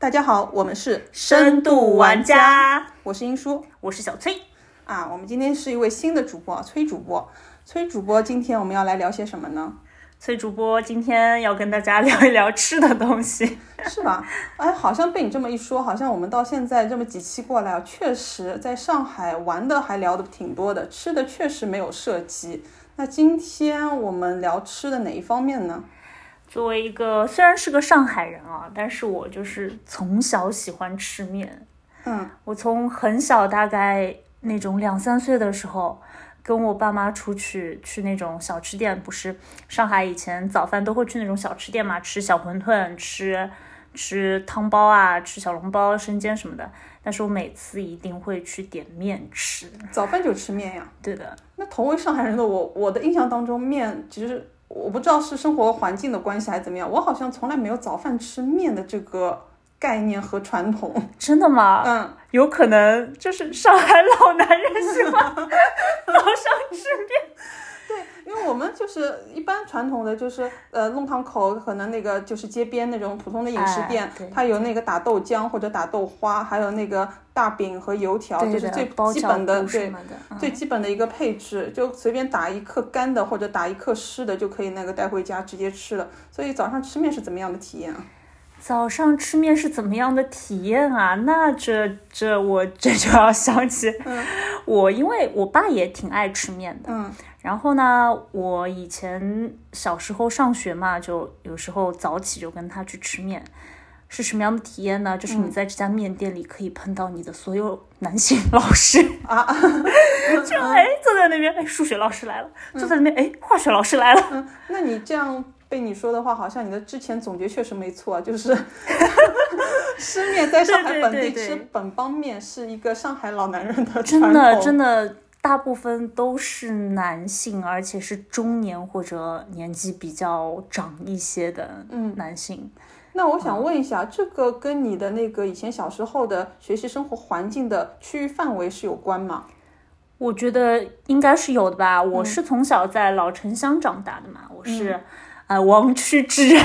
大家好，我们是深度玩家， 我是英叔， 我是小崔啊。我们今天是一位新的主播，崔主播。崔主播，今天我们要来聊些什么呢？ 崔主播今天要跟大家聊一聊吃的东西， 是吧？哎，好像被你这么一说，好像我们到现在这么几期过来啊，确实在上海玩的还聊的挺多的，吃的确实没有涉及。那今天我们聊吃的哪一方面呢？ 作为一个虽然是个上海人啊，但是我就是从小喜欢吃面。我从很小，大概那种2-3岁的时候，跟我爸妈出去那种小吃店，不是上海以前早饭都会去那种小吃店嘛，吃小馄饨，吃汤包啊，吃小笼包、生煎什么的。但是我每次一定会去点面吃。 早饭就吃面呀？ 对的。 那同为上海人的我的印象当中，面其实我不知道是生活环境的关系还是怎么样，我好像从来没有早饭吃面的这个概念和传统。 真的吗？有可能就是上海老男人喜欢早上吃面。 对，因为我们就是一般传统的就是弄堂口可能那个就是街边那种普通的饮食店，它有那个打豆浆或者打豆花，还有那个大饼和油条，就是最基本的，对，最基本的一个配置，就随便打一克干的或者打一克湿的就可以那个带回家直接吃了。所以早上吃面是怎么样的体验啊？ 早上吃面是怎么样的体验啊？那我就要想起，因为我爸也挺爱吃面的，然后呢，我以前小时候上学嘛，就有时候早起就跟他去吃面，是什么样的体验呢？就是你在这家面店里可以碰到你的所有男性老师啊，就坐在那边，数学老师来了，坐在那边，化学老师来了。 那你这样被你说的话，好像你的之前总结确实没错啊，就是吃面在上海本地吃本帮面是一个上海老男人的传统， 真的大部分都是男性，而且是中年或者年纪比较长一些的男性。 那我想问一下，这个跟你的那个以前小时候的学习生活环境的区域范围是有关吗？ 我觉得应该是有的吧。我是从小在老城乡长大的嘛，我是王区之人，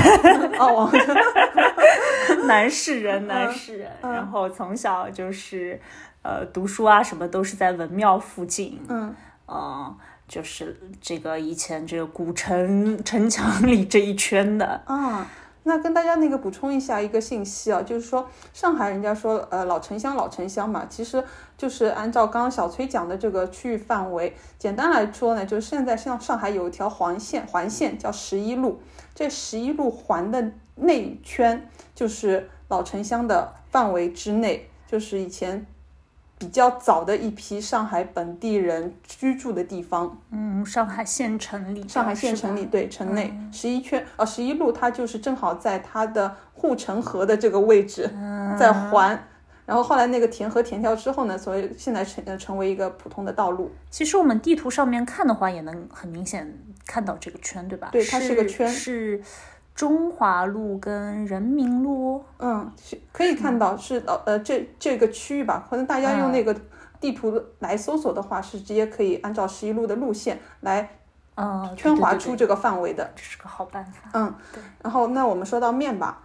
南市人，然后从小就是读书啊什么都是在文庙附近，就是这个以前这个古城墙里这一圈的啊。那跟大家那个补充一下一个信息啊，就是说上海人家说老城乡嘛，其实就是按照刚刚小崔讲的这个区域范围，简单来说呢，就是现在像上海有一条环线叫11路，这11路环的内圈就是老城乡的范围之内，就是以前比较早的一批上海本地人居住的地方。 上海县城里对，城内11路它就是正好在它的护城河的这个位置，在环。然后后来那个填河填掉之后呢，所以现在成为一个普通的道路。 其实我们地图上面看的话，也能很明显看到这个圈，对吧？ 对，它是个圈， 是中华路跟人民路， 可以看到是这个区域吧，可能大家用那个地图来搜索的话，是直接可以按照11路的路线来圈划出这个范围的， 这是个好办法。 对。然后那我们说到面吧，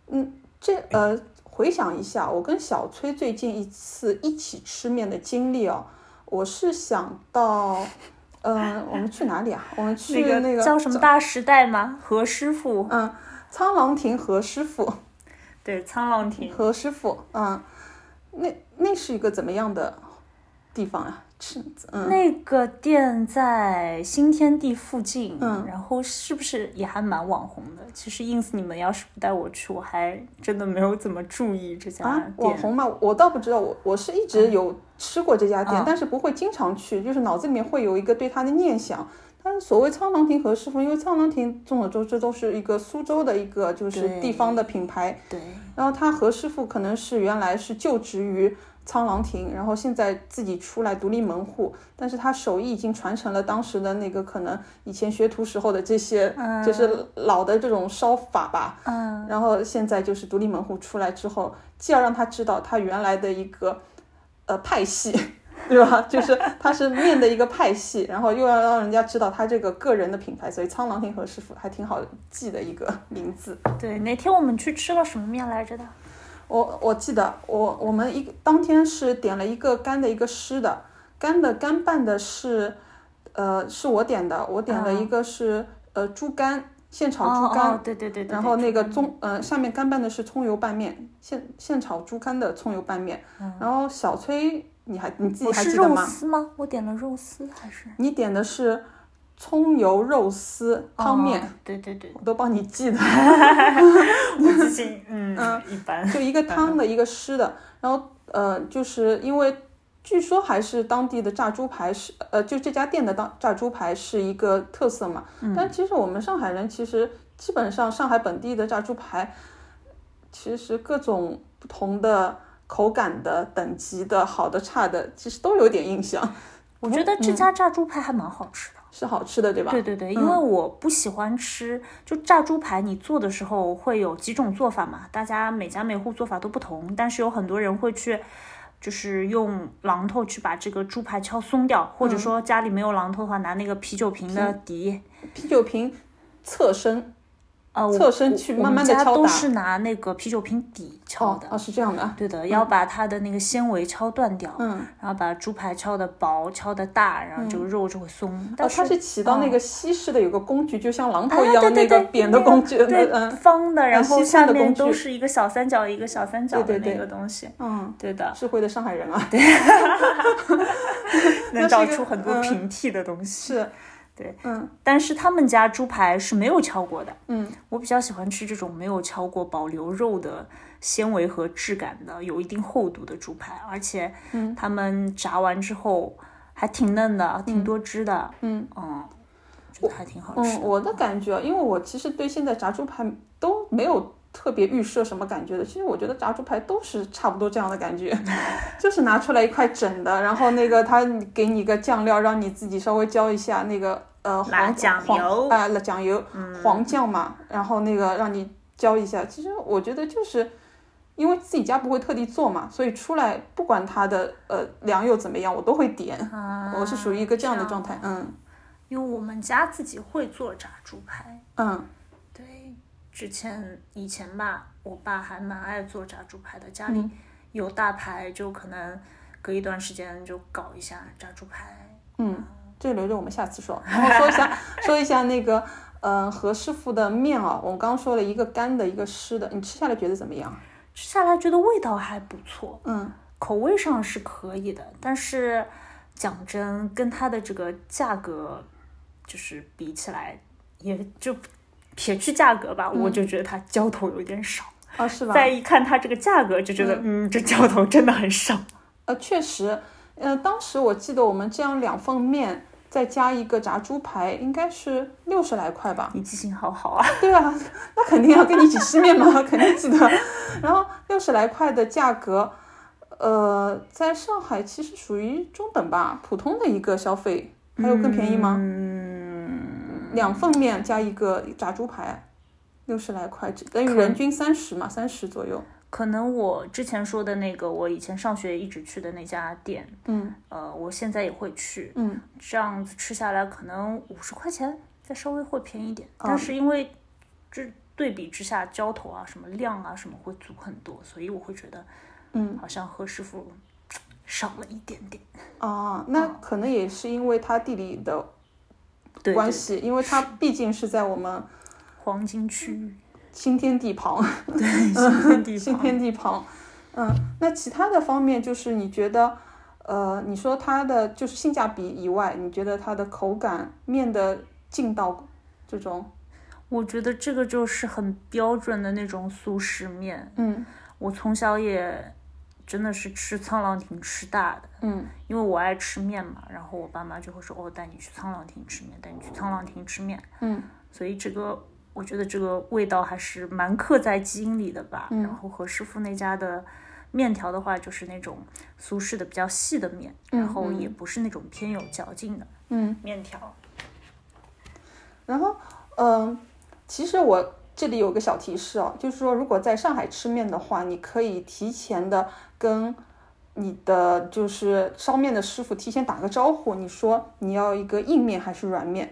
回想一下我跟小崔最近一次一起吃面的经历哦，我是想到我们去哪里啊？我们去那个叫什么大时代吗？何师傅。 沧浪亭何师傅。 对，沧浪亭何师傅。那是一个怎么样的地方啊？ 那个店在新天地附近，然后是不是也还蛮网红的？其实 ins 你们要是不带我去，我还真的没有怎么注意这家店。 网红嘛，我倒不知道，我是一直有吃过这家店，但是不会经常去，就是脑子里面会有一个对它的念想。但是所谓沧浪亭何师傅，因为沧浪亭众所周知都是一个苏州的一个就是地方的品牌， 对。 然后他何师傅可能是原来是就职于沧浪亭，然后现在自己出来独立门户，但是他手艺已经传承了当时的那个可能以前学徒时候的这些，就是老的这种烧法吧，然后现在就是独立门户出来之后，既要让他知道他原来的一个派系，对吧？就是它是面的一个派系，然后又要让人家知道他这个个人的品牌，所以沧浪亭何师傅还挺好记的一个名字。 对，哪天我们去吃了什么面来着的？ 我记得我们当天是点了一个干的，一个湿的。干拌的是我点的，我点了一个是猪肝，现炒猪肝。 对。 然后那个下面干拌的是葱油拌面，现炒猪肝的葱油拌面。然后小崔，你自己还记得吗？ 我是肉丝吗？我点了肉丝还是？ 你点的是葱油肉丝汤面。 对， 我都帮你记的。 我记性一般。 就一个汤的，一个湿的。然后就是因为据说还是当地的炸猪排就这家店的炸猪排是一个特色嘛。但其实我们上海人其实基本上上海本地的炸猪排，其实各种不同的口感的等级的好的差的，其实都有点印象。 我觉得这家炸猪排还蛮好吃的。 是好吃的对吧？ 对，因为我不喜欢吃，就炸猪排你做的时候会有几种做法嘛，大家每家每户做法都不同，但是有很多人会去就是用榔头去把这个猪排敲松掉，或者说家里没有榔头的话，拿那个啤酒瓶的底， 啤酒瓶侧身去慢慢的敲打。 我们家都是拿那个啤酒瓶底敲的。 是这样的。 对的，要把它的那个纤维敲断掉，然后把猪排敲的薄，敲的大，然后这个肉就会松。但是它是起到那个西式的有个工具，就像榔头一样那个扁的工具， 对，方的，然后下面都是一个小三角一个小三角的那个东西。对的， 智慧的上海人啊。 对，能找出很多平替的东西。 是。 对，但是他们家猪排是没有敲过的。我比较喜欢吃这种没有敲过，保留肉的纤维和质感的，有一定厚度的猪排，而且他们炸完之后还挺嫩的，挺多汁的。觉得还挺好吃的。 我的感觉，因为我其实对现在炸猪排都没有特别预设什么感觉的，其实我觉得炸猪排都是差不多这样的感觉，就是拿出来一块整的，然后那个他给你个酱料，让你自己稍微浇一下那个辣酱油酱油黄酱嘛，然后那个让你浇一下。其实我觉得就是因为自己家不会特地做嘛，所以出来不管它的量又怎么样，我都会点。我是属于一个这样的状态。 因为我们家自己会做炸猪排。对，以前吧，我爸还蛮爱做炸猪排的，家里有大排就可能隔一段时间就搞一下炸猪排。 这留着我们下次说。然后说一下那个何师傅的面啊，我们刚刚说了一个干的，一个湿的，你吃下来觉得怎么样？ 吃下来觉得味道还不错，口味上是可以的，但是讲真，跟它的这个价格就是比起来，也就撇去价格吧，我就觉得它浇头有点少。 是吧？ 再一看它这个价格，就觉得这浇头真的很少。 确实，当时我记得我们这样2份面再加一个炸猪排，应该是60来块吧。 你记性好好啊。 对啊，那肯定要跟你一起吃面嘛，肯定记得。然后60来块的价格，在上海其实属于中等吧，普通的一个消费。还有更便宜吗？2份面加一个炸猪排，60来块，等于人均30嘛，30左右。 可能我之前说的那个，我以前上学一直去的那家店，我现在也会去，这样子吃下来可能50块钱，再稍微会便宜一点。但是因为这对比之下，浇头啊、什么量啊、什么会足很多，所以我会觉得，好像何师傅少了一点点。 那可能也是因为它地理的关系，因为它毕竟是在我们黄金区域。 新天地旁。 对， 新天地旁。那其他的方面就是你觉得你说它的就是性价比以外，你觉得它的口感面的劲道这种？ 我觉得这个就是很标准的那种苏式面。我从小也真的是吃沧浪亭吃大的。因为我爱吃面嘛，然后我爸妈就会说带你去沧浪亭吃面，带你去沧浪亭吃面。所以这个我觉得这个味道还是蛮刻在基因里的吧。然后何师傅那家的面条的话，就是那种苏式的比较细的面，然后也不是那种偏有嚼劲的面条。 然后其实我这里有个小提示就是说如果在上海吃面的话，你可以提前的跟你的就是烧面的师傅提前打个招呼，你说你要一个硬面还是软面。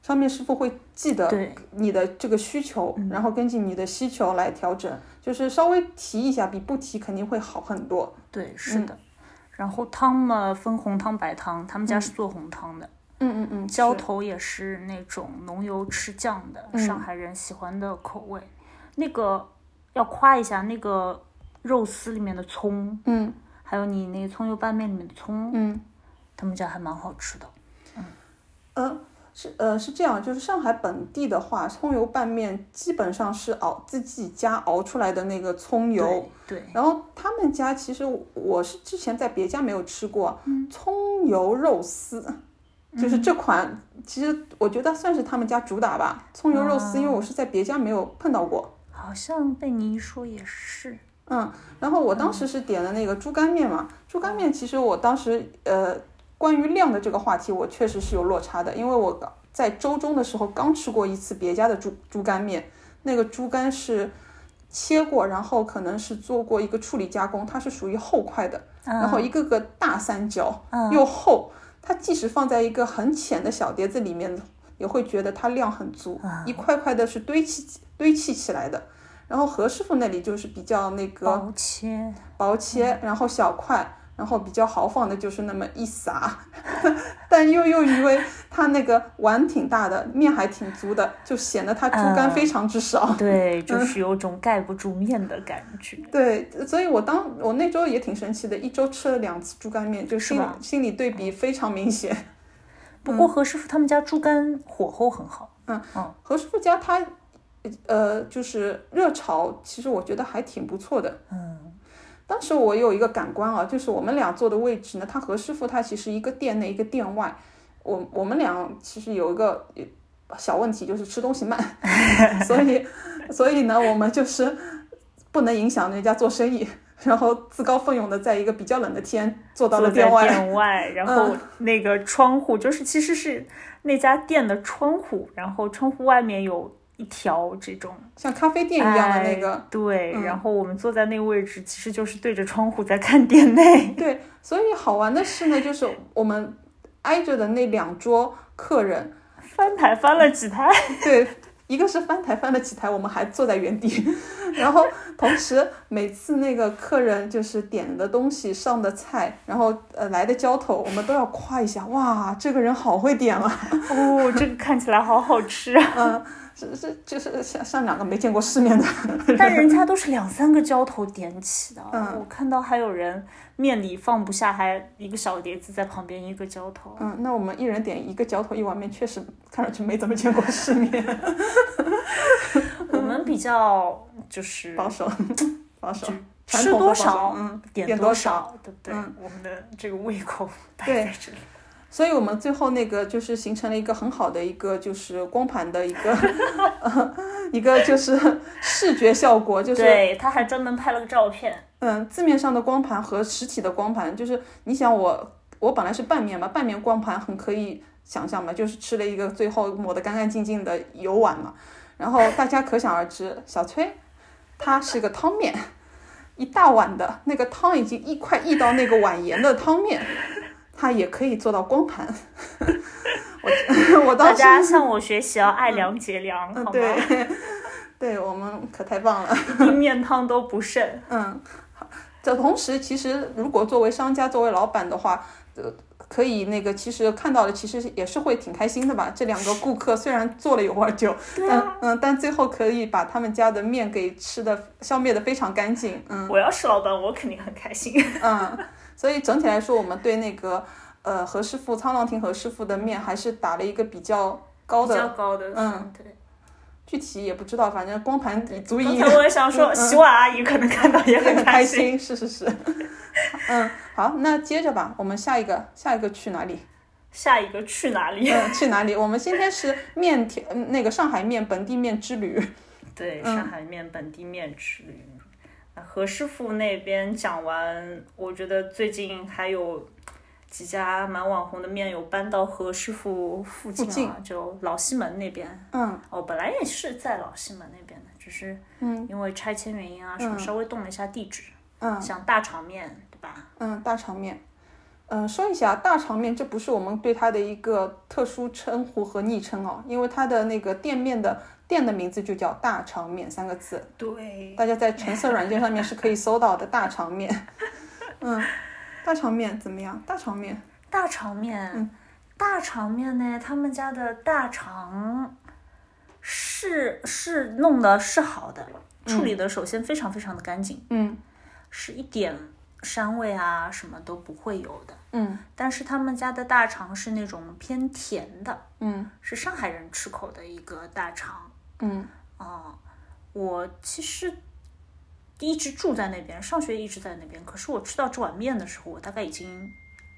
上面师傅会记得对你的这个需求，然后根据你的需求来调整，就是稍微提一下比不提肯定会好很多。 对，是的。然后汤嘛，分红汤白汤，他们家是做红汤的。浇头也是那种浓油赤酱的，上海人喜欢的口味。那个要夸一下那个肉丝里面的葱，还有你那个葱油拌面里面的葱，他们家还蛮好吃的。 是这样，就是上海本地的话，葱油拌面基本上是自己家熬出来的那个葱油。 对。 然后他们家其实我是之前在别家没有吃过，葱油肉丝，就是这款，其实我觉得算是他们家主打吧。葱油肉丝，因为我是在别家没有碰到过。 好像被你一说也是。 然后我当时是点了那个猪肝面嘛，猪肝面其实我当时关于量的这个话题，我确实是有落差的，因为我在周中的时候刚吃过一次别家的猪肝面，那个猪肝是切过，然后可能是做过一个处理加工，它是属于厚块的，然后一个个大三角，又厚，它即使放在一个很浅的小碟子里面，也会觉得它量很足，一块块的是堆砌起来的。然后何师傅那里就是比较那个薄切，然后小块，然后比较豪放的就是那么一撒，但又因为它那个碗挺大的，面还挺足的，就显得它猪肝非常之少。 对，就是有种盖不住面的感觉。 对，所以我那周也挺生气的，一周吃了2次猪肝面，就心理对比非常明显。 不过何师傅他们家猪肝火候很好。 何师傅家他就是热炒，其实我觉得还挺不错的。当时我有一个感官啊，就是我们俩坐的位置呢，他何师傅他其实一个店内一个店外，我们俩其实有一个小问题，就是吃东西慢，所以呢，我们就是不能影响人家做生意，然后自告奋勇的在一个比较冷的天坐到了店外，然后那个窗户其实是那家店的窗户，然后窗户外面有一条这种像咖啡店一样的那个， 对，然后我们坐在那个位置，其实就是对着窗户在看店内。 对，所以好玩的是呢，就是我们挨着的那2桌客人翻台翻了几台， 对，一个是翻台翻了几台，我们还坐在原地，然后同时每次那个客人就是点的东西上的菜，然后来的浇头，我们都要夸一下，哇，这个人好会点啊！ 这个看起来好好吃啊！ 就是像2个没见过世面的， 但人家都是2-3个浇头点起的。我看到还有人面里放不下，还一个小碟子在旁边一个浇头。 那我们一人点一个浇头1碗面，确实看上去没怎么见过世面。 我们比较就是保守， 吃多少点多少， 对不对？我们的这个胃口摆在这里。 所以我们最后那个就是形成了一个很好的一个就是光盘的一个一个就是视觉效果，就是对，他还专门拍了个照片。 字面上的光盘和实体的光盘，就是你想我本来是拌面嘛，拌面光盘很可以想象嘛，就是吃了一个最后抹得干干净净的油碗嘛，然后大家可想而知，小崔他是个汤面，一大碗的那个汤已经快溢到那个碗沿的汤面。它也可以做到光盘。我当时大家向我学习，要爱良节粮，好吗？ 对，我们可太棒了， 一面汤都不剩。 这同时，其实如果作为商家、作为老板的话，可以那个，其实看到的其实也是会挺开心的吧。这2个顾客虽然做了有点久，但最后可以把他们家的面给消灭的非常干净。 我要是老板，我肯定很开心。 所以整体来说，我们对那个何师傅沧浪亭何师傅的面还是打了一个比较高的， 对。 具体也不知道，反正光盘足以。 刚才我也想说，洗碗阿姨可能看到也很开心。 是。好，那接着吧，我们下一个去哪里？ 去哪里？ 我们今天是那个上海面本地面之旅。 对，上海面本地面之旅。何师傅那边讲完，我觉得最近还有几家蛮网红的面有搬到何师傅附近啊，就老西门那边。本来也是在老西门那边的，只是因为拆迁原因啊，什么稍微动了一下地址。像大肠面，对吧？ 大肠面。 说一下大肠面，这不是我们对它的一个特殊称呼和昵称哦，因为它的那个店的名字就叫大肠面3个字。 对， 大家在橙色软件上面是可以搜到的大肠面。大肠面怎么样？大肠面， 大肠面呢，他们家的大肠是弄的是好的，处理的首先非常非常的干净，是一点膻味啊什么都不会有的，但是他们家的大肠是那种偏甜的，是上海人吃口的一个大肠，我其实一直住在那边，上学一直在那边，可是我吃到这碗面的时候，我大概已经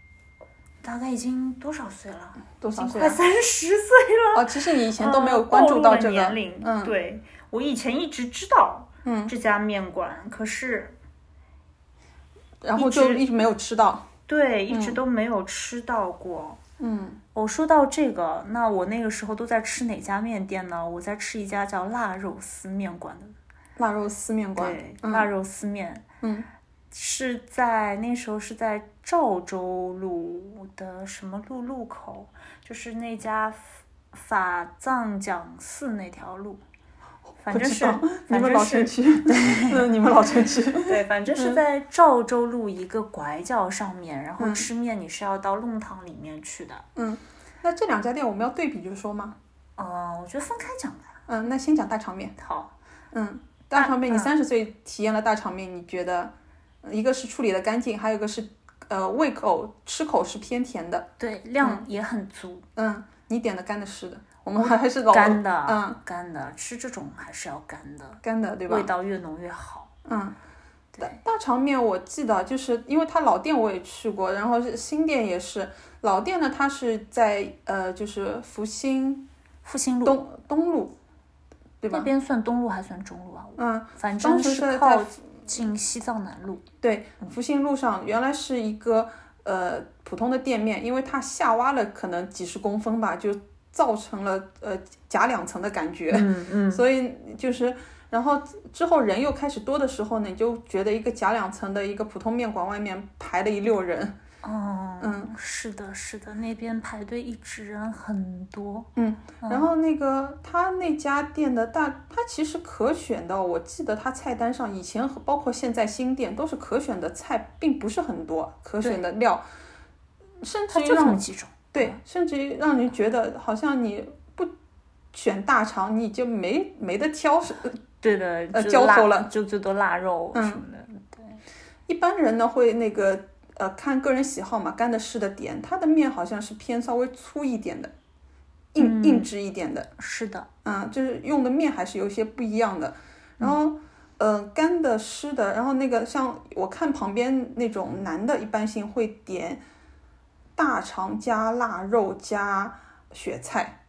多少岁了？ 多少岁？ 快30岁了。 其实你以前都没有关注到这个年龄。对，我以前一直知道这家面馆，可是然后就一直没有吃到。 对，一直都没有吃到过。我说到这个，那我那个时候都在吃哪家面店呢？我在吃一家叫腊肉丝面馆的。 腊肉丝面馆。 对，腊肉丝面。是那时候是在赵州路的什么路口，就是那家法藏讲寺那条路，反正是你们老城区，你们老城区， 对，反正是在赵州路一个拐角上面，然后吃面你是要到弄堂里面去的。 那这2家店我们要对比着说吗？ 我觉得分开讲吧。 那先讲大肠面。 好。 大肠面，你30岁体验了大肠面，你觉得一个是处理的干净，还有一个是胃口吃口是偏甜的， 对，量也很足。 你点的干的湿的，我们还是干的，干的，吃这种还是要干的， 对吧？ 味道越浓越好。 大肠面我记得就是因为它老店我也去过，然后新店也是。老店呢，它是在就是复兴路东路，对吧？ 那边算东路还算中路啊？反正是靠近西藏南路。 对，复兴路上原来是一个普通的店面，因为它下挖了可能几十公分吧，就造成了夹2层的感觉。所以就是然后之后人又开始多的时候呢，你就觉得一个夹2层的一个普通面馆外面排了一溜人。 是的，那边排队一直人很多。 然后那个他那家店的他其实可选的，我记得他菜单上以前包括现在新店都是可选的菜，并不是很多可选的料，甚至于对，甚至于让你觉得好像你不选大肠你就没得挑。 对的， 浇头了， 就最多腊肉什么的。对， 一般人呢会那个看个人喜好嘛，干的湿的点，它的面好像是偏稍微粗一点的，硬质一点的。 是的， 就是用的面还是有一些不一样的。然后干的湿的，然后那个像我看旁边那种男的一般性会点大肠加腊肉加雪菜。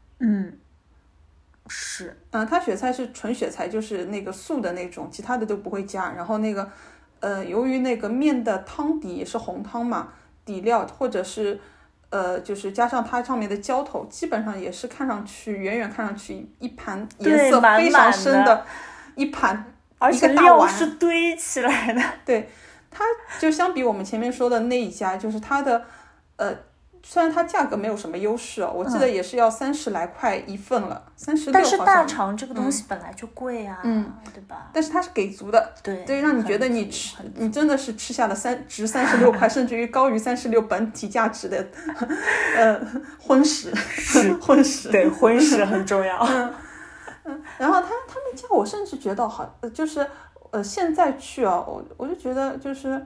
是。 它雪菜是纯雪菜，就是那个素的那种，其他的都不会加。然后那个由于那个面的汤底也是红汤嘛，底料或者是就是加上它上面的浇头，基本上也是远远看上去一盘颜色非常深的一盘， 而且料是堆起来的。 对，它就相比我们前面说的那一家，就是它的虽然它价格没有什么优势我记得也是要30来块一份了，36。 但是大肠这个东西本来就贵啊，对吧？ 但是它是给足的，对，让你觉得你真的是吃下了值36块，甚至于高于36本体价值的荤食，荤食， 对，荤食很重要。 然后他们家我甚至觉得就是现在去我就觉得就是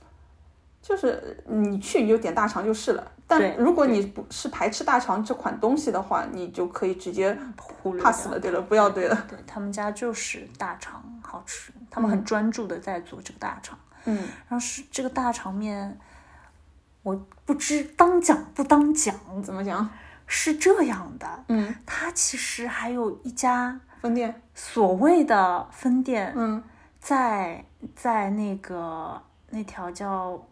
你去你就点大肠就是了。但如果你不是排斥大肠这款东西的话，你就可以直接忽略 pass 了，对了，不要对了。 对，他们家就是大肠好吃，他们很专注的在做这个大肠。然后是这个大肠面，我不知当讲不当讲， 怎么讲？ 是这样的，它其实还有一家分店， 所谓的分店，在那条叫。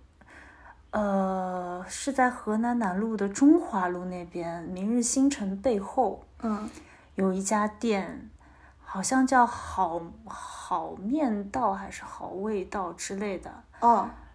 是在河南南路的中华路那边，明日新城背后，有一家店，好像叫好面道还是好味道之类的。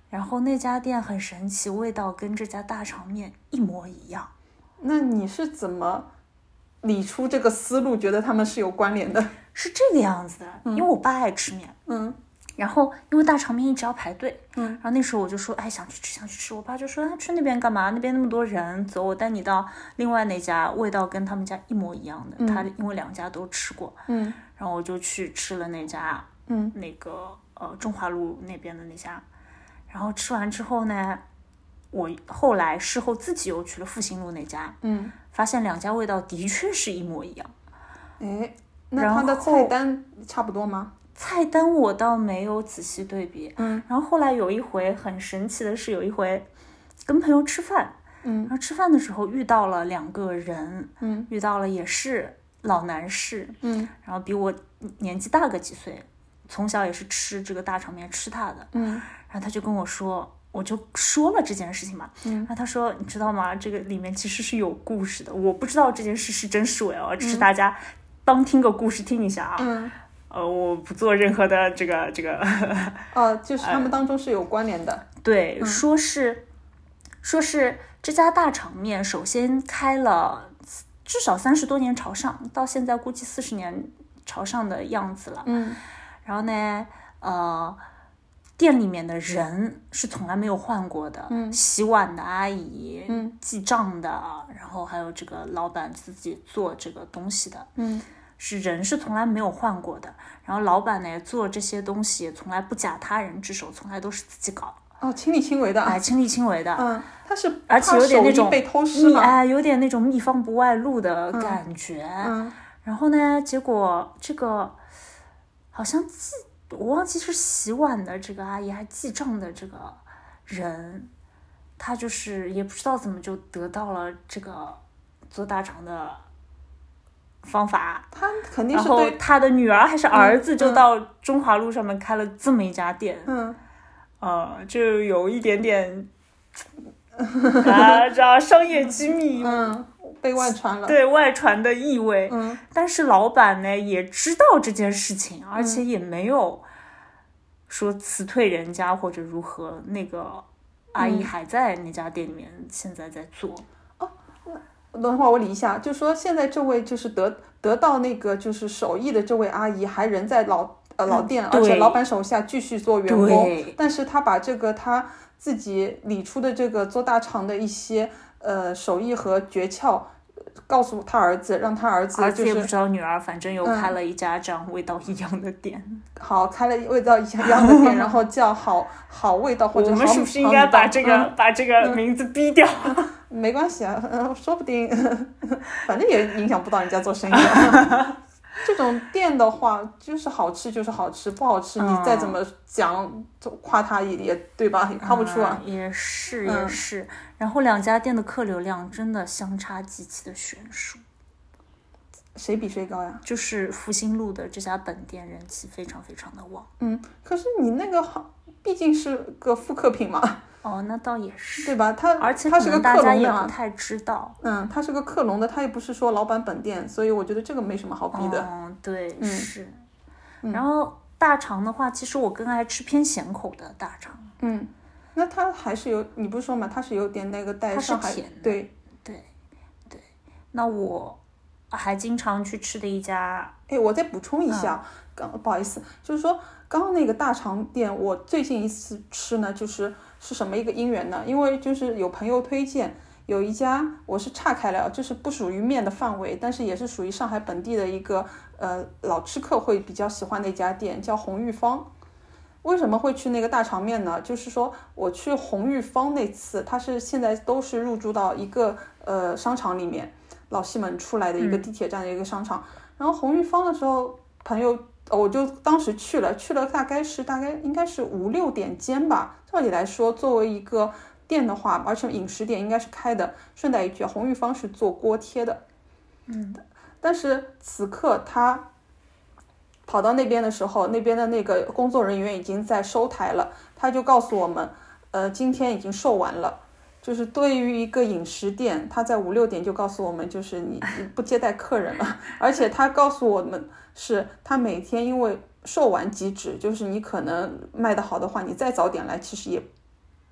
然后那家店很神奇，味道跟这家大肠面一模一样。 那你是怎么理出这个思路，觉得他们是有关联的？ 是这个样子的，因为我爸爱吃面，然后因为大肠面一直要排队，然后那时候我就说，哎，想去吃，我爸就说，去那边干嘛？那边那么多人，走，我带你到另外那家，味道跟他们家一模一样的。他因为2家都吃过，然后我就去吃了那家，那个中华路那边的那家，然后吃完之后呢，我后来事后自己又去了复兴路那家，发现2家味道的确是一模一样。 哎，那它的菜单差不多吗？ 菜单我倒没有仔细对比，然后后来有一回很神奇的是，有一回跟朋友吃饭，然后吃饭的时候遇到了2个人，遇到了也是老男士，然后比我年纪大个几岁，从小也是吃这个大肠面吃它的，然后他就跟我说，我就说了这件事情嘛，然后他说，你知道吗？这个里面其实是有故事的，我不知道这件事是真是伪哦，只是大家当听个故事听一下啊。我不做任何的这个就是他们当中是有关联的。 对，说是这家大肠面首先开了至少30多年朝上，到现在估计40年朝上的样子了。然后呢，店里面的人是从来没有换过的，洗碗的阿姨，记账的，然后还有这个老板自己做这个东西的，人是从来没有换过的。然后老板呢做这些东西也从来不假他人之手，从来都是自己搞。 亲力亲为的。 亲力亲为的。 他是而且有点那种被偷师嘛， 有点那种秘方不外露的感觉。然后呢，结果这个好像我忘记是洗碗的这个阿姨还记账的这个人，他就是也不知道怎么就得到了这个做大肠的方法， 他肯定是然后他的女儿还是儿子就到中华路上面开了这么一家店，就有一点点知道商业机密， 被外传了， 对外传的意味。但是老板呢也知道这件事情，而且也没有说辞退人家或者如何，那个阿姨还在那家店里面现在在做。 等会儿我理一下，就说现在这位就是得到那个就是手艺的这位阿姨还人在老店，而且老板手下继续做员工，但是他把这个他自己理出的这个做大肠的一些手艺和诀窍告诉他儿子，让他儿子也不知道女儿，反正又开了一家这样味道一样的店。 好，开了味道一样的店，然后叫好味道或者好。 我们是不是应该把这个名字逼掉？ 没关系啊，说不定，反正也影响不到人家做生意的。这种店的话，就是好吃就是好吃，不好吃你再怎么讲夸他也对吧？也夸不出啊。 也是。然后2家店的客流量真的相差极其的悬殊。 谁比谁高呀？ 就是复兴路的这家本店人气非常非常的旺。 可是你那个毕竟是个复刻品嘛。 那倒也是， 对吧？ 而且他是个克隆的， 大家也不太知道。 他是个克隆的，他也不是说老板本店，所以我觉得这个没什么好比的。 对，是。然后大肠的话，其实我更爱吃偏咸口的大肠。 那它还是有，你不是说嘛，它是有点那个带上海， 它是甜的。 对。 那我还经常去吃的一家， 我再补充一下，不好意思，就是说刚刚那个大肠店，我最近一次吃呢，是什么一个因缘呢？因为就是有朋友推荐，有一家我是岔开了，就是不属于面的范围，但是也是属于上海本地的一个老吃客会比较喜欢的一家店，叫红玉坊。为什么会去那个大肠面呢？就是说我去红玉坊那次，它是现在都是入驻到一个商场里面，老西门出来的一个地铁站的一个商场。然后红玉坊的时候，朋友我就当时去了大概应该是5、6点间吧。照理来说，作为一个店的话，而且饮食店应该是开的。顺带一句，红玉坊是做锅贴的。但是此刻他跑到那边的时候，那边的那个工作人员已经在收台了，他就告诉我们，今天已经售完了。就是对于一个饮食店，他在5、6点就告诉我们，就是你不接待客人了。而且他告诉我们，是他每天因为售完即止，就是你可能卖得好的话，你再早点来，其实也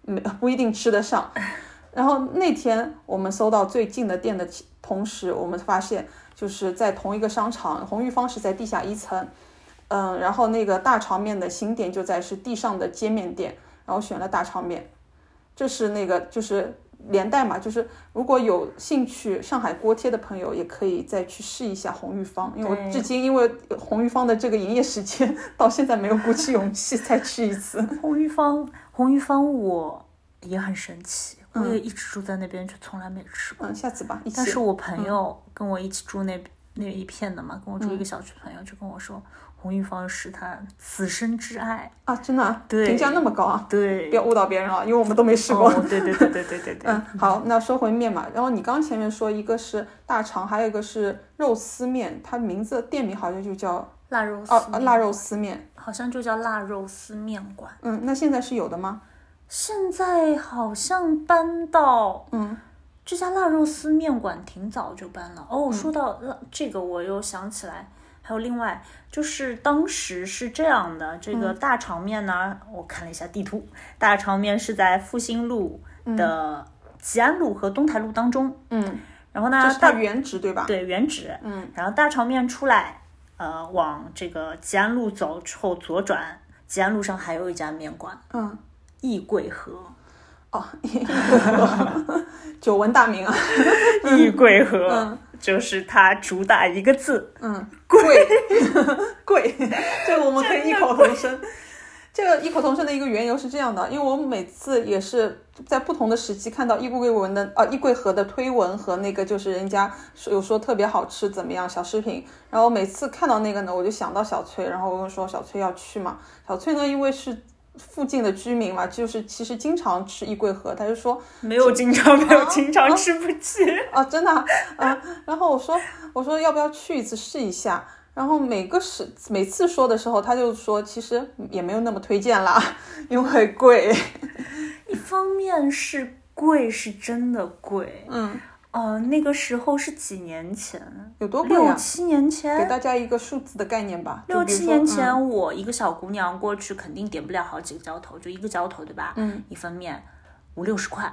不一定吃得上。然后那天我们搜到最近的店的同时，我们发现就是在同一个商场，红玉坊是在地下1层，然后那个大肠面的新店就在是地上的街面店，然后选了大肠面。这是那个就是连带嘛，就是如果有兴趣上海锅贴的朋友，也可以再去试一下红玉坊，因为我至今因为红玉坊的这个营业时间到现在没有鼓起勇气再去一次。 红玉坊我也很神奇，我也一直住在那边，就从来没吃过。 下次吧，一起。 但是我朋友跟我一起住那一片的嘛，跟我住一个小区朋友就跟我说，红玉坊是他此生之爱啊！真的啊？ 对， 评价那么高啊？ 对， 不要误导别人啊，因为我们都没试过。 对。 好，那说回面嘛，然后你刚前面说一个是大肠，还有一个是肉丝面，它店名好像就叫腊肉丝面。 腊肉丝面， 好像就叫腊肉丝面馆。 那现在是有的吗？ 现在好像搬到这家腊肉丝面馆挺早就搬了。说到这个我又想起来，还有另外就是当时是这样的，这个大肠面呢，我看了一下地图，大肠面是在复兴路的吉安路和东台路当中，然后呢这是它原址对吧？ 对，原址，然后大肠面出来，往这个吉安路走之后左转，吉安路上还有一家面馆，益贵和。 益贵和久闻大名啊。 益贵和就是它主打一个字， 贵。贵，这个我们可以异口同声。这个异口同声的一个缘由是这样的，因为我每次也是在不同的时期看到益贵和的推文和那个就是人家有说特别好吃怎么样小视频，然后每次看到那个呢，我就想到小崔，然后我说小崔要去嘛。小崔呢，因为是附近的居民嘛，就是其实经常吃益贵和，他就说没有经常吃不起真的然后我说要不要去一次试一下，然后每次说的时候他就说其实也没有那么推荐啦，因为贵。 一方面是贵，是真的贵，那个时候是几年前？ 有多贵啊 ？6、7年前。 给大家一个数字的概念吧。 6、7年前，我一个小姑娘过去，肯定点不了好几个浇头，就一个浇头，对吧？一份面5、60块。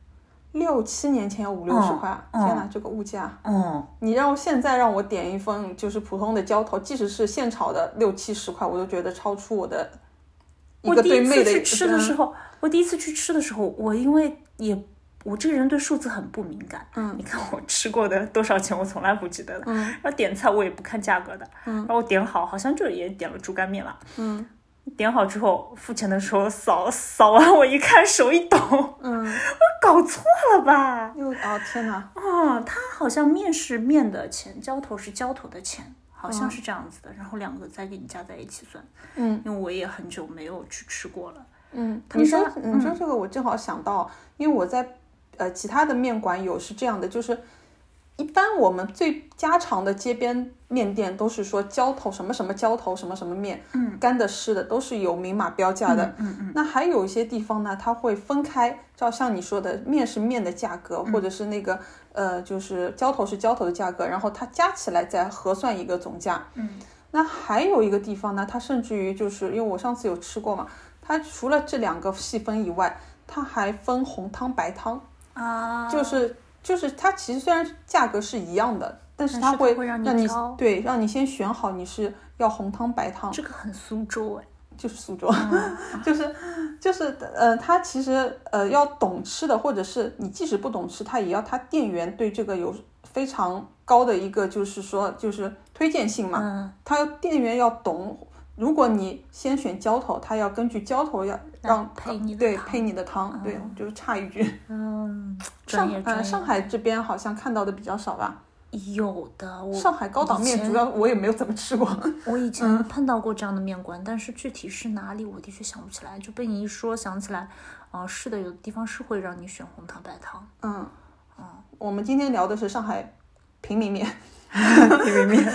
6、7年前要5、60块，天哪，这个物价！你现在让我点一份就是普通的浇头，即使是现炒的6、70块，我都觉得超出我的一个对妹的。 我第一次去吃的时候，我因为我这个人对数字很不敏感，你看我吃过的多少钱我从来不记得的，然后点菜我也不看价格的，然后我点好像就也点了猪肝面了，点好之后付钱的时候扫完我一看手一抖，我搞错了吧？ 天哪！ 它好像面是面的钱，浇头是浇头的钱，好像是这样子的，然后2个再给你加在一起算，因为我也很久没有去吃过了。 你说这个我正好想到，因为我在其他的面馆有是这样的，就是一般我们最家常的街边面店都是说浇头什么什么浇头什么什么面，干的湿的都是有明码标价的。那还有一些地方呢，它会分开，就像你说的，面是面的价格，或者是那个就是浇头是浇头的价格，然后它加起来再核算一个总价。那还有一个地方呢，它甚至于就是因为我上次有吃过嘛，它除了这2个细分以外，它还分红汤白汤啊，就是它其实虽然价格是一样的，但是它会让你先选好你是要红汤白汤。 这个很苏州就是苏州，就是它其实要懂吃的，或者是你即使不懂吃，它也要它店员对这个有非常高的一个就是说就是推荐性嘛，它店员要懂。如果你先选浇头，他要根据浇头要让配你的汤，对，就是插一句。上海这边好像看到的比较少吧？ 有的， 上海高档面主要我也没有怎么吃过。 我以前碰到过这样的面馆，但是具体是哪里我的确想不起来。就被你一说想起来，是的，有的地方是会让你选红汤白汤。 我们今天聊的是上海平民面。 平民面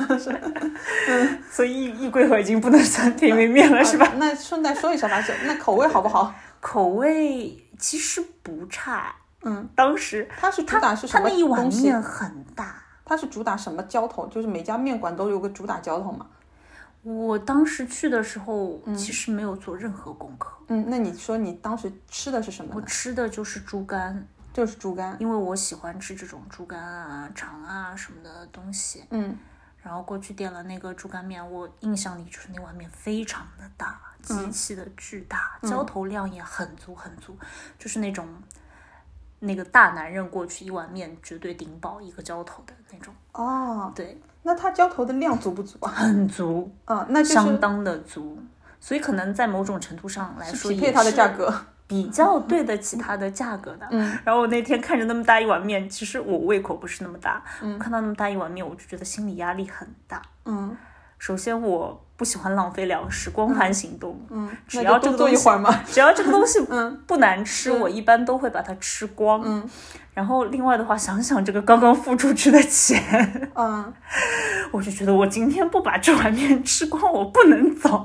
所以益贵和已经不能算平民面了，是吧？ 那顺带说一下吧，那口味好不好？ 口味其实不差。当时它是主打是什么东西？它那一碗面很大。 它是主打什么浇头？就是每家面馆都有个主打浇头嘛。 我当时去的时候，其实没有做任何功课。 那你说你当时吃的是什么呢？ 我吃的就是猪肝。 就是猪肝， 因为我喜欢吃这种猪肝啊、肠啊什么的东西。然后过去点了那个猪肝面，我印象里就是那碗面非常的大，极其的巨大，浇头量也很足很足，就是那种那个大男人过去一碗面绝对顶饱一个浇头的那种。对。 那它浇头的量足不足啊？ 很足那就是相当的足，所以可能在某种程度上来说， 匹配它的价格。 比较对得起它的价格的。然后我那天看着那么大一碗面，其实我胃口不是那么大，看到那么大一碗面，我就觉得心理压力很大。首先我不喜欢浪费粮食，光盘行动。只要这个东西只要这个东西不难吃，我一般都会把它吃光。然后另外的话，想想这个刚刚付出去的钱，我就觉得我今天不把这碗面吃光，我不能走。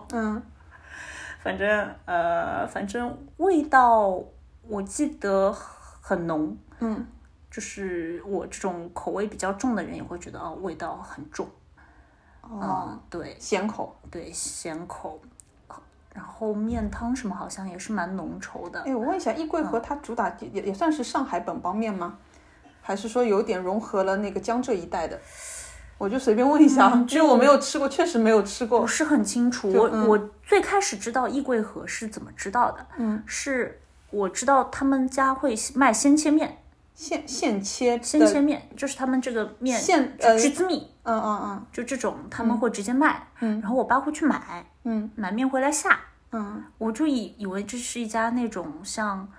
反正味道我记得很浓。就是我这种口味比较重的人也会觉得味道很重。对， 咸口。 对，咸口。然后面汤什么好像也是蛮浓稠的。 我问一下，易桂河它主打也算是上海本帮面吗？还是说有点融合了那个江浙一带的？我就随便问一下，因为我没有吃过，确实没有吃过， 不是很清楚。我最开始知道易桂河是怎么知道的？是我知道他们家会卖鲜切面， 现切面就是他们这个面橘子米，就这种他们会直接卖。然后我爸会去买，买面回来下。我就以为这是一家那种像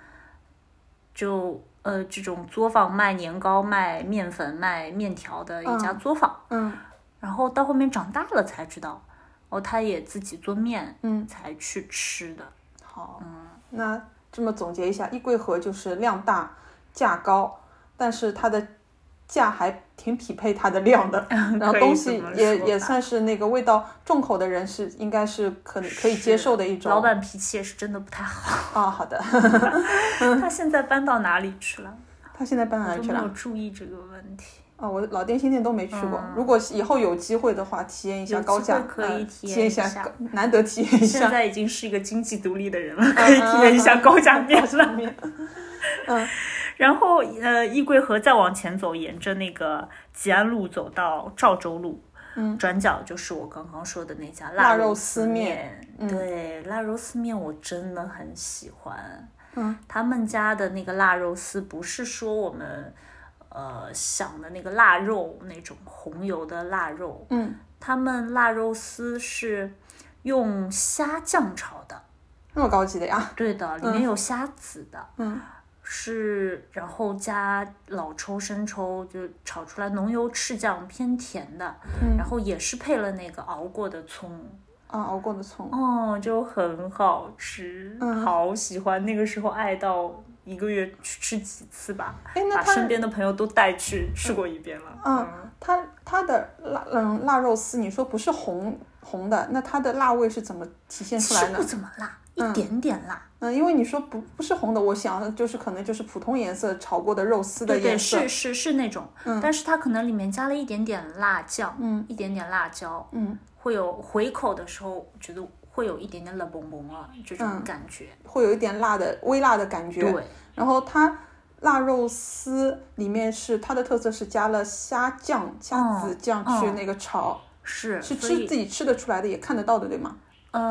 这种作坊卖年糕、卖面粉、卖面条的一家作坊。然后到后面长大了才知道，他也自己做面，才去吃的。 好，那这么总结一下，易桂河就是量大价高，但是它的价还挺匹配它的量的，然后东西也算是那个味道重口的人应该是可以接受的一种。 老板脾气也是真的不太好。 好的。 他现在搬到哪里去了？ 他现在搬到哪里去了？ 我没有注意这个问题。 我老店新店都没去过。如果以后有机会的话，体验一下高价， 可以体验一下，难得体验一下。 现在已经是一个经济独立的人了，可以体验一下高价面了。然后易桂河再往前走，沿着那个吉安路走到赵州路，转角就是我刚刚说的那家腊肉丝面。 对，腊肉丝面我真的很喜欢。他们家的那个腊肉丝不是说我们想的那个腊肉那种红油的腊肉。他们腊肉丝是用虾酱炒的。 那么高级的呀？ 对的，里面有虾子的。然后加老抽、生抽，就炒出来浓油赤酱，偏甜的。然后也是配了那个熬过的葱。 熬过的葱。 就很好吃。好喜欢，那个时候爱到一个月去吃几次吧，把身边的朋友都带去吃过一遍了。 它的腊肉丝，你说不是红的，那它的辣味是怎么体现出来呢？ 不怎么辣，一点点辣。 因为你说不是红的，我想就是可能就是普通颜色炒过的肉丝的颜色。 对，是那种。但是它可能里面加了一点点辣酱，一点点辣椒。会有回口的时候觉得会有一点点辣嘣嘣啊，这种感觉。 会有一点辣的微辣的感觉。 对。 然后它腊肉丝里面它的特色是加了虾子酱去那个炒。是自己吃得出来的，也看得到的，对吗？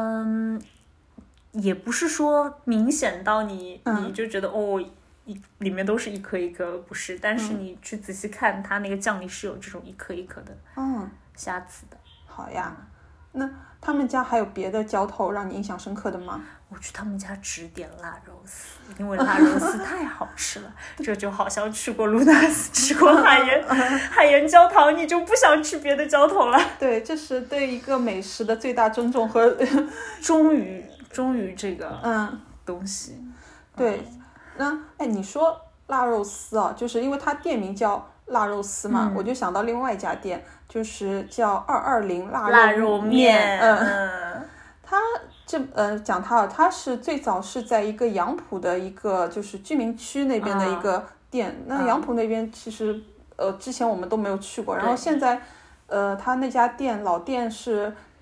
也不是说明显到你就觉得里面都是一颗一颗，不是。但是你去仔细看，它那个酱里是有这种一颗一颗的虾子的。 好呀，那他们家还有别的浇头让你印象深刻的吗？ 我去他们家只点腊肉丝，因为腊肉丝太好吃了。这就好像去过卢纳斯，吃过海盐焦糖，你就不想吃别的浇头了。 对，这是对一个美食的最大尊重和忠于这个东西。 对，那你说腊肉丝啊，就是因为它店名叫腊肉丝嘛，我就想到另外一家店，就是叫220 腊肉面。 它讲它是最早是在一个杨浦的一个就是居民区那边的一个店。那杨浦那边其实之前我们都没有去过，然后现在它那家店老店是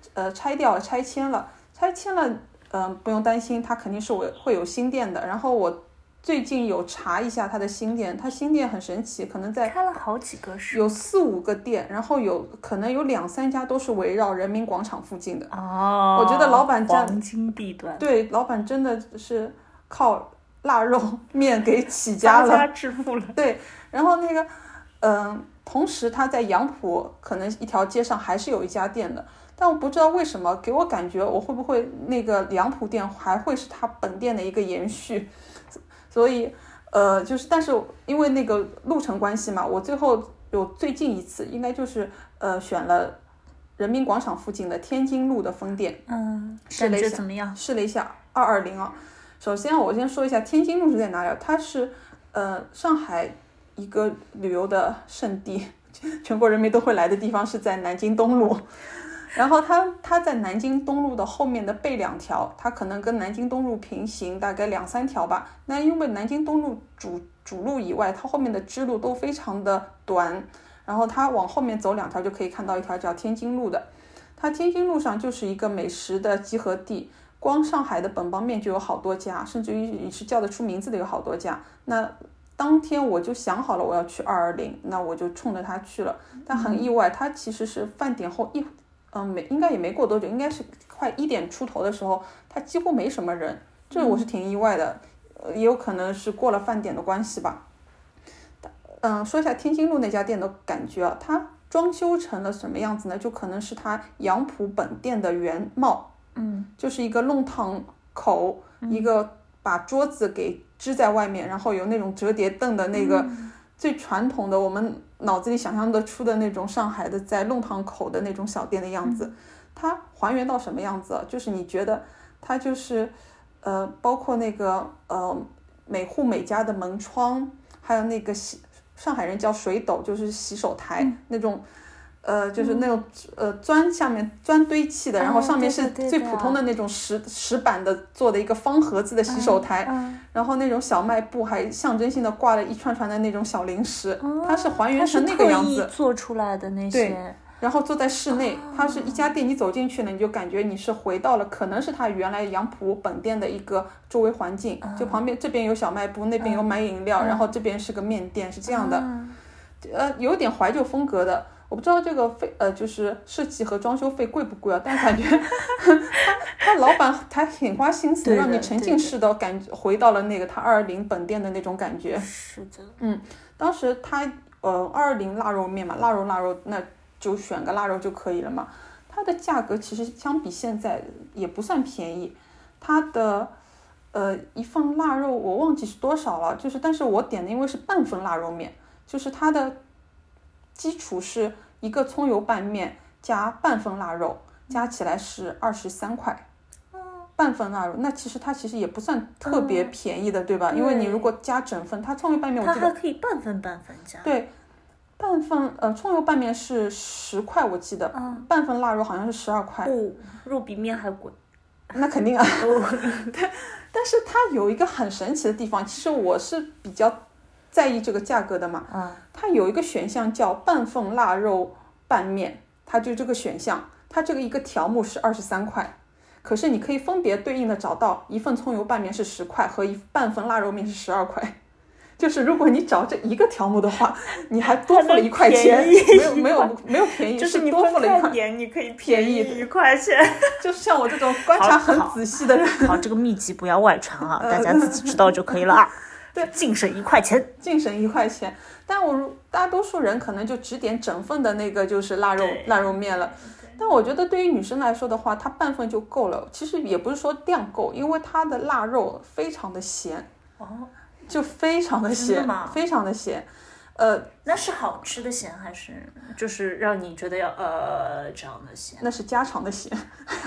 拆掉了拆迁了，不用担心，它肯定是会有新店的。然后我最近有查一下它的新店，它新店很神奇，可能在开了好几个是有4-5个店，然后可能有2-3家都是围绕人民广场附近的。 哦， 我觉得老板黄金地段， 对，老板真的是靠腊肉面给起家了， 发家致富了。 对，然后那个同时他在杨浦可能一条街上还是有一家店的。但我不知道为什么给我感觉我会不会那个杨浦店还会是他本店的一个延续，所以但是因为那个路程关系嘛，我最近一次应该就是选了人民广场附近的天津路的分店， 感觉怎么样？ 试了一下220啊。首先我先说一下天津路是在哪里，它是上海一个旅游的圣地，全国人民都会来的地方，是在南京东路。然后它在南京东路的后面的背2条，它可能跟南京东路平行大概2-3条吧。那因为南京东路主路以外，它后面的支路都非常的短，然后它往后面走2条就可以看到一条叫天津路的。它天津路上就是一个美食的集合地，光上海的本帮面就有好多家，甚至于你是叫得出名字的有好多家。那当天我就想好了我要去220，那我就冲着它去了。但很意外，它其实是饭点后应该也没过多久，应该是快1点出头的时候，它几乎没什么人，这我是挺意外的，也有可能是过了饭点的关系吧。说一下天津路那家店的感觉啊，它装修成了什么样子呢？就可能是它杨浦本店的原貌，就是一个弄堂口，一个把桌子给支在外面，然后有那种折叠凳的那个最传统的我们脑子里想象得出的那种上海的在弄堂口的那种小店的样子。它还原到什么样子？就是你觉得它就是包括那个每户每家的门窗，还有那个上海人叫水斗，就是洗手台，那种就是那种砖下面砖堆砌的，然后上面是最普通的那种石板的做的一个方盒子的洗手台，然后那种小卖部还象征性的挂了一串串的那种小零食，它是还原成那个样子， 它是特意做出来的那些。 对，然后坐在室内，它是一家店，你走进去呢，你就感觉你是回到了可能是它原来杨浦本店的一个周围环境，就旁边这边有小卖部，那边有买饮料，然后这边是个面店，是这样的，有点怀旧风格的。我不知道这个就是设计和装修费贵不贵啊？但感觉他老板还挺花心思，让你沉浸式的感觉回到了那个他220本店的那种感觉。 是的， 当时他220腊肉面嘛，腊肉那就选个腊肉就可以了嘛。它的价格其实相比现在也不算便宜，它的一份腊肉我忘记是多少了，但是我点的因为是半份腊肉面，就是它的基础是一个葱油拌面加半份腊肉，加起来是23块。半份腊肉，那它其实也不算特别便宜的，对吧？因为你如果加整份，它葱油拌面我记得它还可以半份加。 对，半份葱油拌面是10块，我记得，半份腊肉好像是12块。 肉比面还贵。 那肯定啊。但是它有一个很神奇的地方，其实我是比较在意这个价格的嘛。它有一个选项叫半份腊肉拌面，它就这个选项，它这个一个条目是23块。可是你可以分别对应的找到一份葱油拌面是10块和半份腊肉面是12块，就是如果你找这一个条目的话，你还多付了1块钱，没有便宜， 就是你多付了1块钱，你可以便宜1块钱。 就是像我这种观察很仔细的人， 好，这个秘籍不要外传啊，大家自己知道就可以了啊。 对， 净省1块钱， 净省1块钱。但大多数人可能就只点整份的那个就是腊肉面了。但我觉得对于女生来说的话，它半份就够了。其实也不是说量够，因为它的腊肉非常的咸，就非常的咸，非常的咸。 那是好吃的咸还是就是让你觉得要这样的咸？ 那是家常的咸，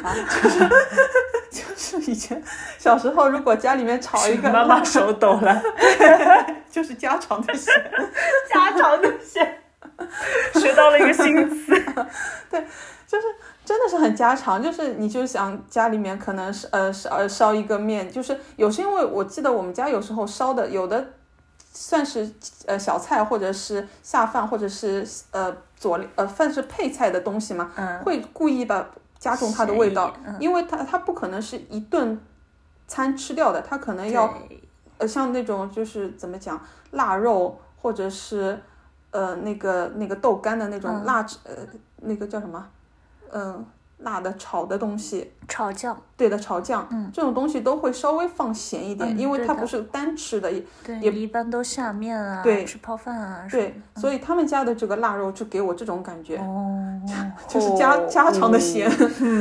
就是以前小时候如果家里面炒一个， 妈妈手抖了， 就是家常的咸， 家常的咸，学到了一个新词。 对。就是真的是很家常，就是你就想家里面可能是烧一个面，就是有时因为我记得我们家有时候烧的有的算是小菜或者是下饭或者是算是配菜的东西嘛，会故意把加重它的味道，因为它不可能是一顿餐吃掉的，它可能要像那种就是怎么讲腊肉或者是那个豆干的那种辣那个叫什么辣的炒的东西， 炒酱， 对的，炒酱，这种东西都会稍微放咸一点，因为它不是单吃的， 对，也一般都下面啊， 对， 吃泡饭啊， 对，所以他们家的这个腊肉就给我这种感觉，就是家常的咸，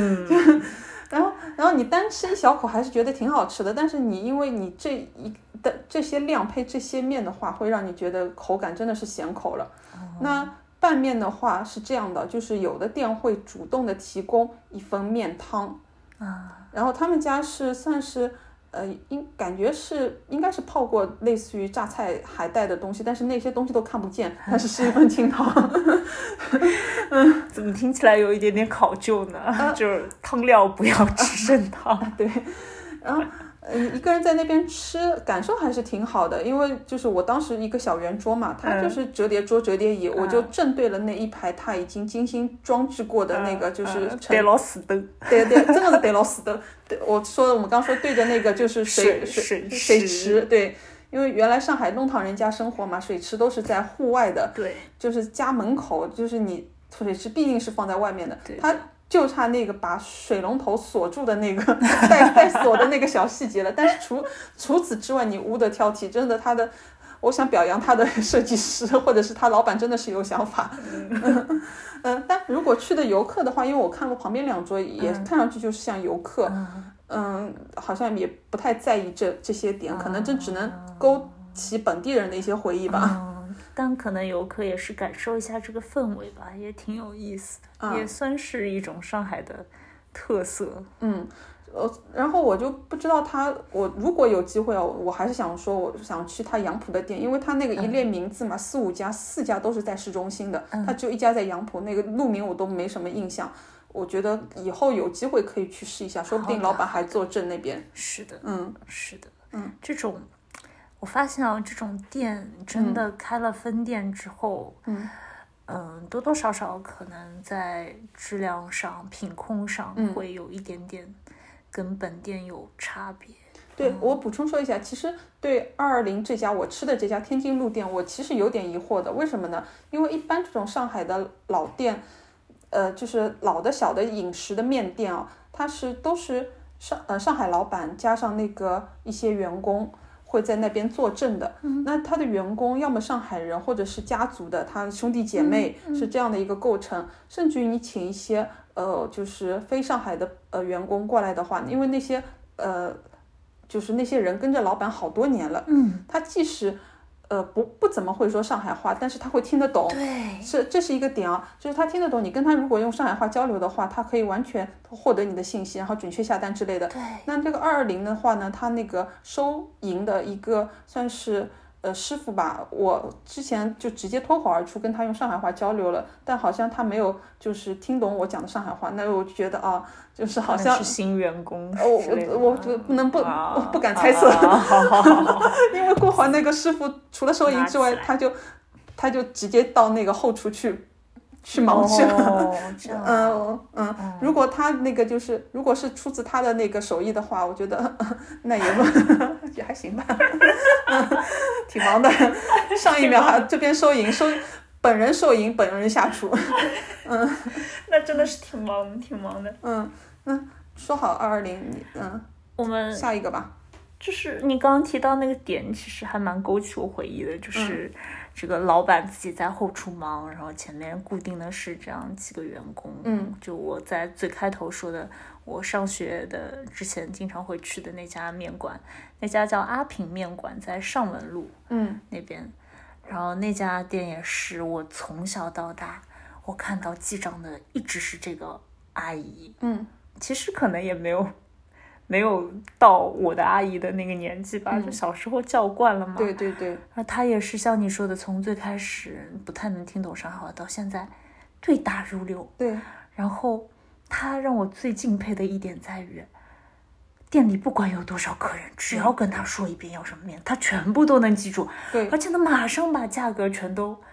然后你单吃一小口还是觉得挺好吃的，但是因为你这些量配这些面的话，会让你觉得口感真的是咸口了。那拌面的话是这样的，就是有的店会主动的提供一份面汤然后他们家是算是感觉是应该是泡过类似于榨菜海带的东西，但是那些东西都看不见，但是一份清汤怎么听起来有一点点考究呢？就是汤料不要吃剩汤对，然后一个人在那边吃感受还是挺好的，因为就是我当时一个小圆桌嘛，它就是折叠桌折叠椅，我就正对了那一排它已经精心装置过的那个就是对老死的， 对，真的是对老死的。对，我们刚说对着那个就是水池，对，因为原来上海弄堂人家生活嘛，水池都是在户外的， 对， 就是家门口，就是你水池毕竟是放在外面的，它就差那个把水龙头锁住的那个带锁的那个小细节了。但是除此之外，你无得挑剔，真的我想表扬他的设计师或者是他老板真的是有想法。但如果去的游客的话，因为我看过旁边2桌也看上去就是像游客，好像也不太在意这些点，可能只能勾起本地人的一些回忆吧。 但可能游客也是感受一下这个氛围吧，也挺有意思的，也算是一种上海的特色。 然后我就不知道我如果有机会我还是想说我想去他杨浦的店，因为他那个一列名字嘛，4-5家，4家都是在市中心的，他只有1家在杨浦，那个路名我都没什么印象。我觉得以后有机会可以去试一下，说不定老板还坐镇那边。 是的，是的，这种我发现这种店真的开了分店之后，多多少少可能在质量上、品控上会有一点点跟本店有差别。 对，我补充说一下，其实对220这家我吃的这家天津路店，我其实有点疑惑的。为什么呢？因为一般这种上海的老店，就是老的小的饮食的面店它都是上海老板加上那个一些员工会在那边坐镇的。那他的员工要么上海人，或者是家族的，他兄弟姐妹是这样的一个构成。甚至于你请一些就是非上海的员工过来的话，因为那些就是那些人跟着老板好多年了，他即使不怎么会说上海话，但是他会听得懂。 对， 这是一个点就是他听得懂，你跟他如果用上海话交流的话，他可以完全获得你的信息，然后准确下单之类的。 对， 那这个220的话呢，他那个收银的一个算是师傅吧，我之前就直接脱口而出跟他用上海话交流了，但好像他没有就是听懂我讲的上海话，那我就觉得就是好像是新员工我不敢猜测，因为过会那个师傅除了收银之外，他就直接到那个后厨去忙去了。如果他那个就是如果是出自他的那个手艺的话，我觉得那也还行吧。挺忙的，上一秒还这边收银本人收银本人下厨。 那真的是挺忙的。 说好220， 我们下一个吧。 就是你刚刚提到那个点，其实还蛮勾起我回忆的，就是这个老板自己在后厨忙，然后前面固定的是这样几个员工。就我在最开头说的，我上学的之前经常会去的那家面馆，那家叫阿平面馆，在上文路那边。然后那家店也是我从小到大我看到记账的一直是这个阿姨。其实可能也没有到我的阿姨的那个年纪吧，就小时候叫惯了嘛。 对对对。 而她也是像你说的，从最开始不太能听懂上海话，到现在对答如流。 对。 然后她让我最敬佩的一点在于，店里不管有多少客人，只要跟她说一遍要什么面，她全部都能记住。 对。 而且她马上把价格全都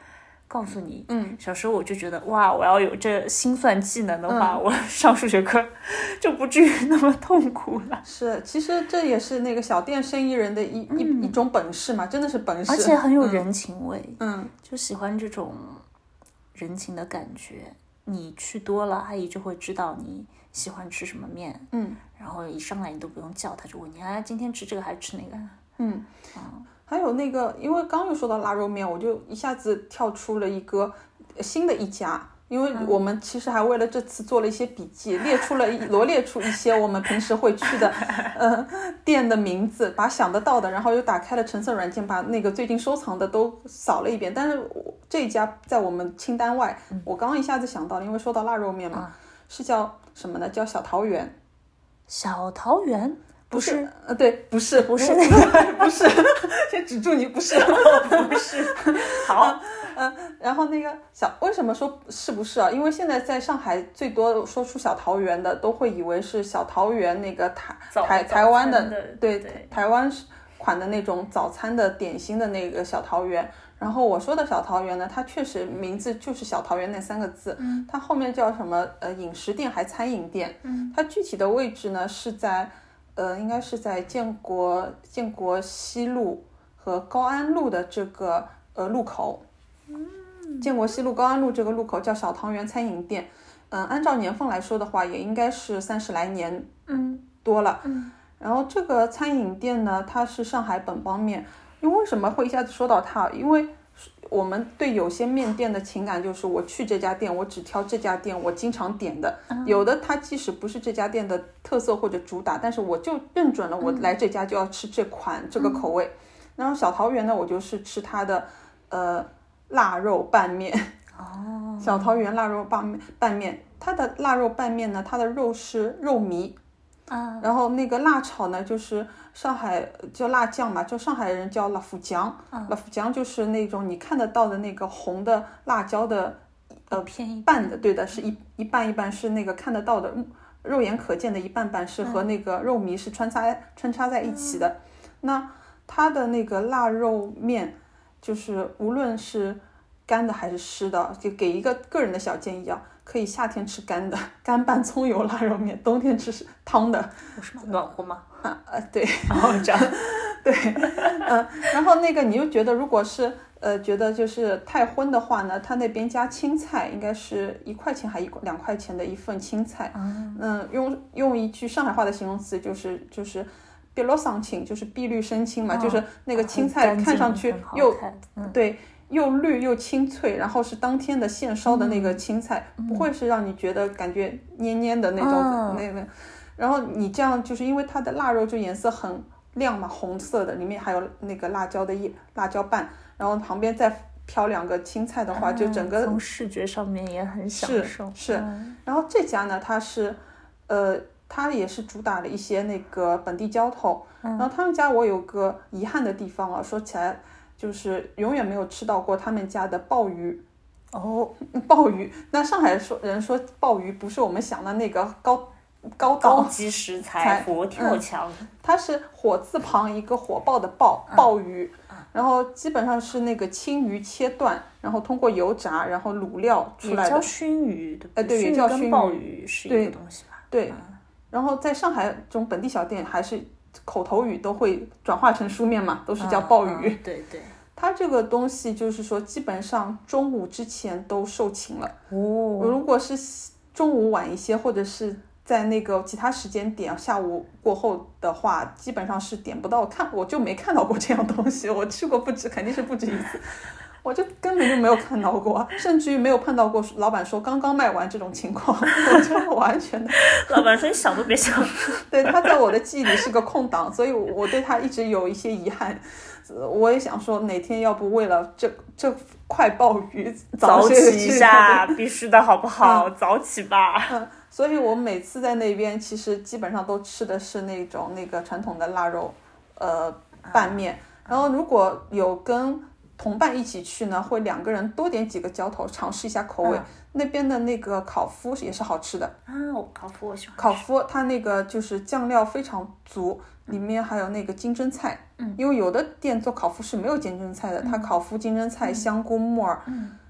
告诉你，小时候我就觉得哇，我要有这心算技能的话，我上数学课就不至于那么痛苦了。 是，其实这也是那个小店生意人的一种本事嘛，真的是本事， 而且很有人情味。就喜欢这种人情的感觉。你去多了，阿姨就会知道你喜欢吃什么面。然后一上来你都不用叫，他就问你啊，今天吃这个还是吃那个？ 还有那个，因为刚又说到腊肉面，我就一下子跳出了一个新的一家，因为我们其实还为了这次做了一些笔记，罗列出一些我们平时会去的店的名字，把想得到的，然后又打开了橙色软件，把那个最近收藏的都扫了一遍。但是这一家在我们清单外，我刚刚一下子想到了，因为说到腊肉面嘛，是叫什么呢？叫小桃园。 小桃园？不是， 对，不是不是那个， 不是，先止住你，不是， 不是。好， 然后那个为什么说是不是啊？因为现在在上海最多说出小桃园的，都会以为是小桃园那个台湾的，对，台湾款的那种早餐的点心的那个小桃园。然后我说的小桃园呢，它确实名字就是小桃园那3个字，它后面叫什么饮食店还餐饮店，它具体的位置呢是在应该是在建国西路和高安路的这个路口。建国西路高安路这个路口叫小桃园餐饮店。按照年份来说的话，也应该是30来年多了。然后这个餐饮店呢，它是上海本帮面。因为为什么会一下子说到它？因为我们对有些面店的情感就是我去这家店，我只挑这家店我经常点的。有的它即使不是这家店的特色或者主打，但是我就认准了我来这家就要吃这款这个口味。然后小桃园呢，我就是吃它的腊肉拌面。小桃园腊肉拌面，它的腊肉拌面呢，它的肉是肉糜。然后那个辣炒呢，就是上海叫辣酱嘛，就上海人叫辣腐姜。辣腐姜就是那种你看得到的那个红的辣椒的片一半的，对的，是一半一半，是那个看得到的肉眼可见的一半半，是和那个肉糜是穿插在一起的。那它的那个腊肉面，就是无论是干的还是湿的，就给一个个人的小建议啊，可以夏天吃干的干拌葱油腊肉面，冬天吃汤的。 为什么暖和吗？ 对， 这样。 对，然后那个你又觉得如果是觉得就是太荤的话呢，他那边加青菜应该是1块钱还2块钱的一份青菜。用一句上海话的形容词就是碧绿生青，就是碧绿生青嘛，就是那个青菜看上去对。又绿又清脆，然后是当天的现烧的那个青菜，不会是让你觉得感觉黏黏的那种那个。然后你这样就是因为它的腊肉就颜色很亮嘛，红色的，里面还有那个辣椒瓣，然后旁边再飘2个青菜的话，就整个从视觉上面也很享受。 是。然后这家呢，它也是主打了一些那个本地浇头。然后他们家我有个遗憾的地方啊，说起来就是永远没有吃到过他们家的鲍鱼。鲍鱼，那上海人说鲍鱼不是我们想的那个高级食材佛跳墙， 它是火字旁一个火爆的鲍鱼。然后基本上是那个青鱼切断，然后通过油炸，然后卤料出来的， 也叫熏鱼。 对，也叫熏鱼。 鲍鱼是一个东西吧？ 对。然后在上海这种本地小店还是口头语都会转化成书面嘛，都是叫鲍鱼。 对。 它这个东西就是说基本上中午之前都售罄了。如果是中午晚一些，或者是在那个其他时间点下午过后的话，基本上是点不到，我就没看到过这样东西。我去过肯定是不止一次，我就根本就没有看到过，甚至于没有碰到过老板说刚刚卖完这种情况。我就完全的老板说你想都别想。 对，他在我的记忆里是个空档，所以我对他一直有一些遗憾。我也想说哪天要不为了这块鲍鱼早起一下，必须的好不好？早起吧。 所以我每次在那边其实基本上都吃的是那个传统的腊肉拌面。然后如果有跟同伴一起去呢，会2个人多点几个浇头，尝试一下口味。那边的那个烤麸也是好吃的。 烤麸我喜欢。 烤麸它那个就是酱料非常足，里面还有那个金针菜。因为有的店做烤麸是没有金针菜的，它烤麸、金针菜、香菇、木耳，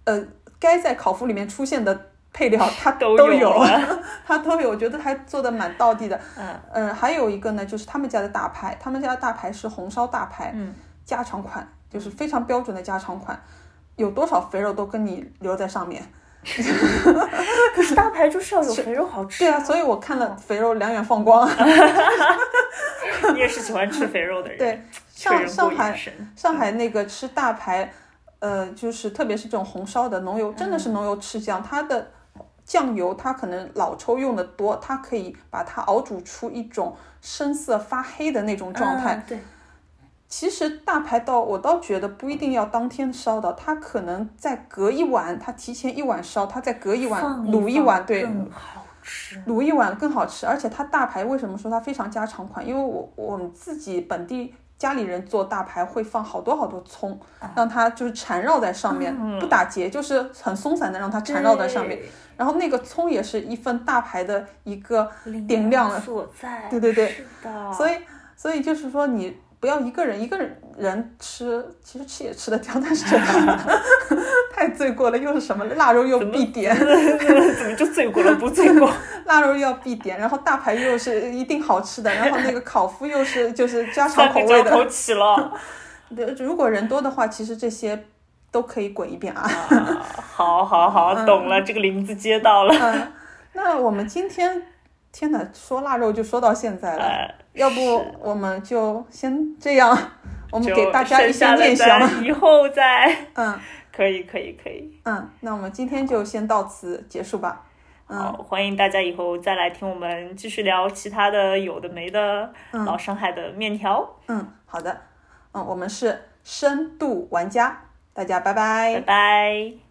该在烤麸里面出现的配料它都有它都有，我觉得还做的蛮道地的。还有一个呢，就是他们家的大排，他们家的大排是红烧大排，家常款，就是非常标准的家常款，有多少肥肉都跟你留在上面。 可是大排就是要有肥肉好吃。 对啊，所以我看了肥肉两眼放光。 你也是喜欢吃肥肉的人。 对，上海那个吃大排，就是特别是这种红烧的浓油，真的是浓油赤酱，它的酱油它可能老抽用的多，它可以把它熬煮出一种深色发黑的那种状态。 对。 其实大排我倒觉得不一定要当天烧的，它可能再隔一晚，它提前一晚烧，它再隔一晚卤一晚，对， 更好吃， 卤一晚更好吃。而且它大排为什么说它非常家常款？因为我们自己本地家里人做大排会放好多好多葱，让它就是缠绕在上面，不打结，就是很松散的让它缠绕在上面。然后那个葱也是一份大排的一个点亮了所在。 对对对， 是的。 所以就是说你不要一个人吃，其实吃也吃得掉，但是这太罪过了，又是什么腊肉又必点， 怎么就罪过了不罪过？ 腊肉又要必点，然后大排又是一定好吃的，然后那个烤麸又是就是家常口味的， 三个浇头起了。 如果人多的话，其实这些都可以滚一遍啊。 好，懂了，这个林子接到了。 那我们今天天哪，说腊肉就说到现在了，要不我们就先这样，我们给大家一些念想， 以后再可以。 那我们今天就先到此结束吧。 好，欢迎大家以后再来听我们继续聊其他的有的没的老上海的面条。 好的，我们是深度玩家，大家拜拜。 拜拜。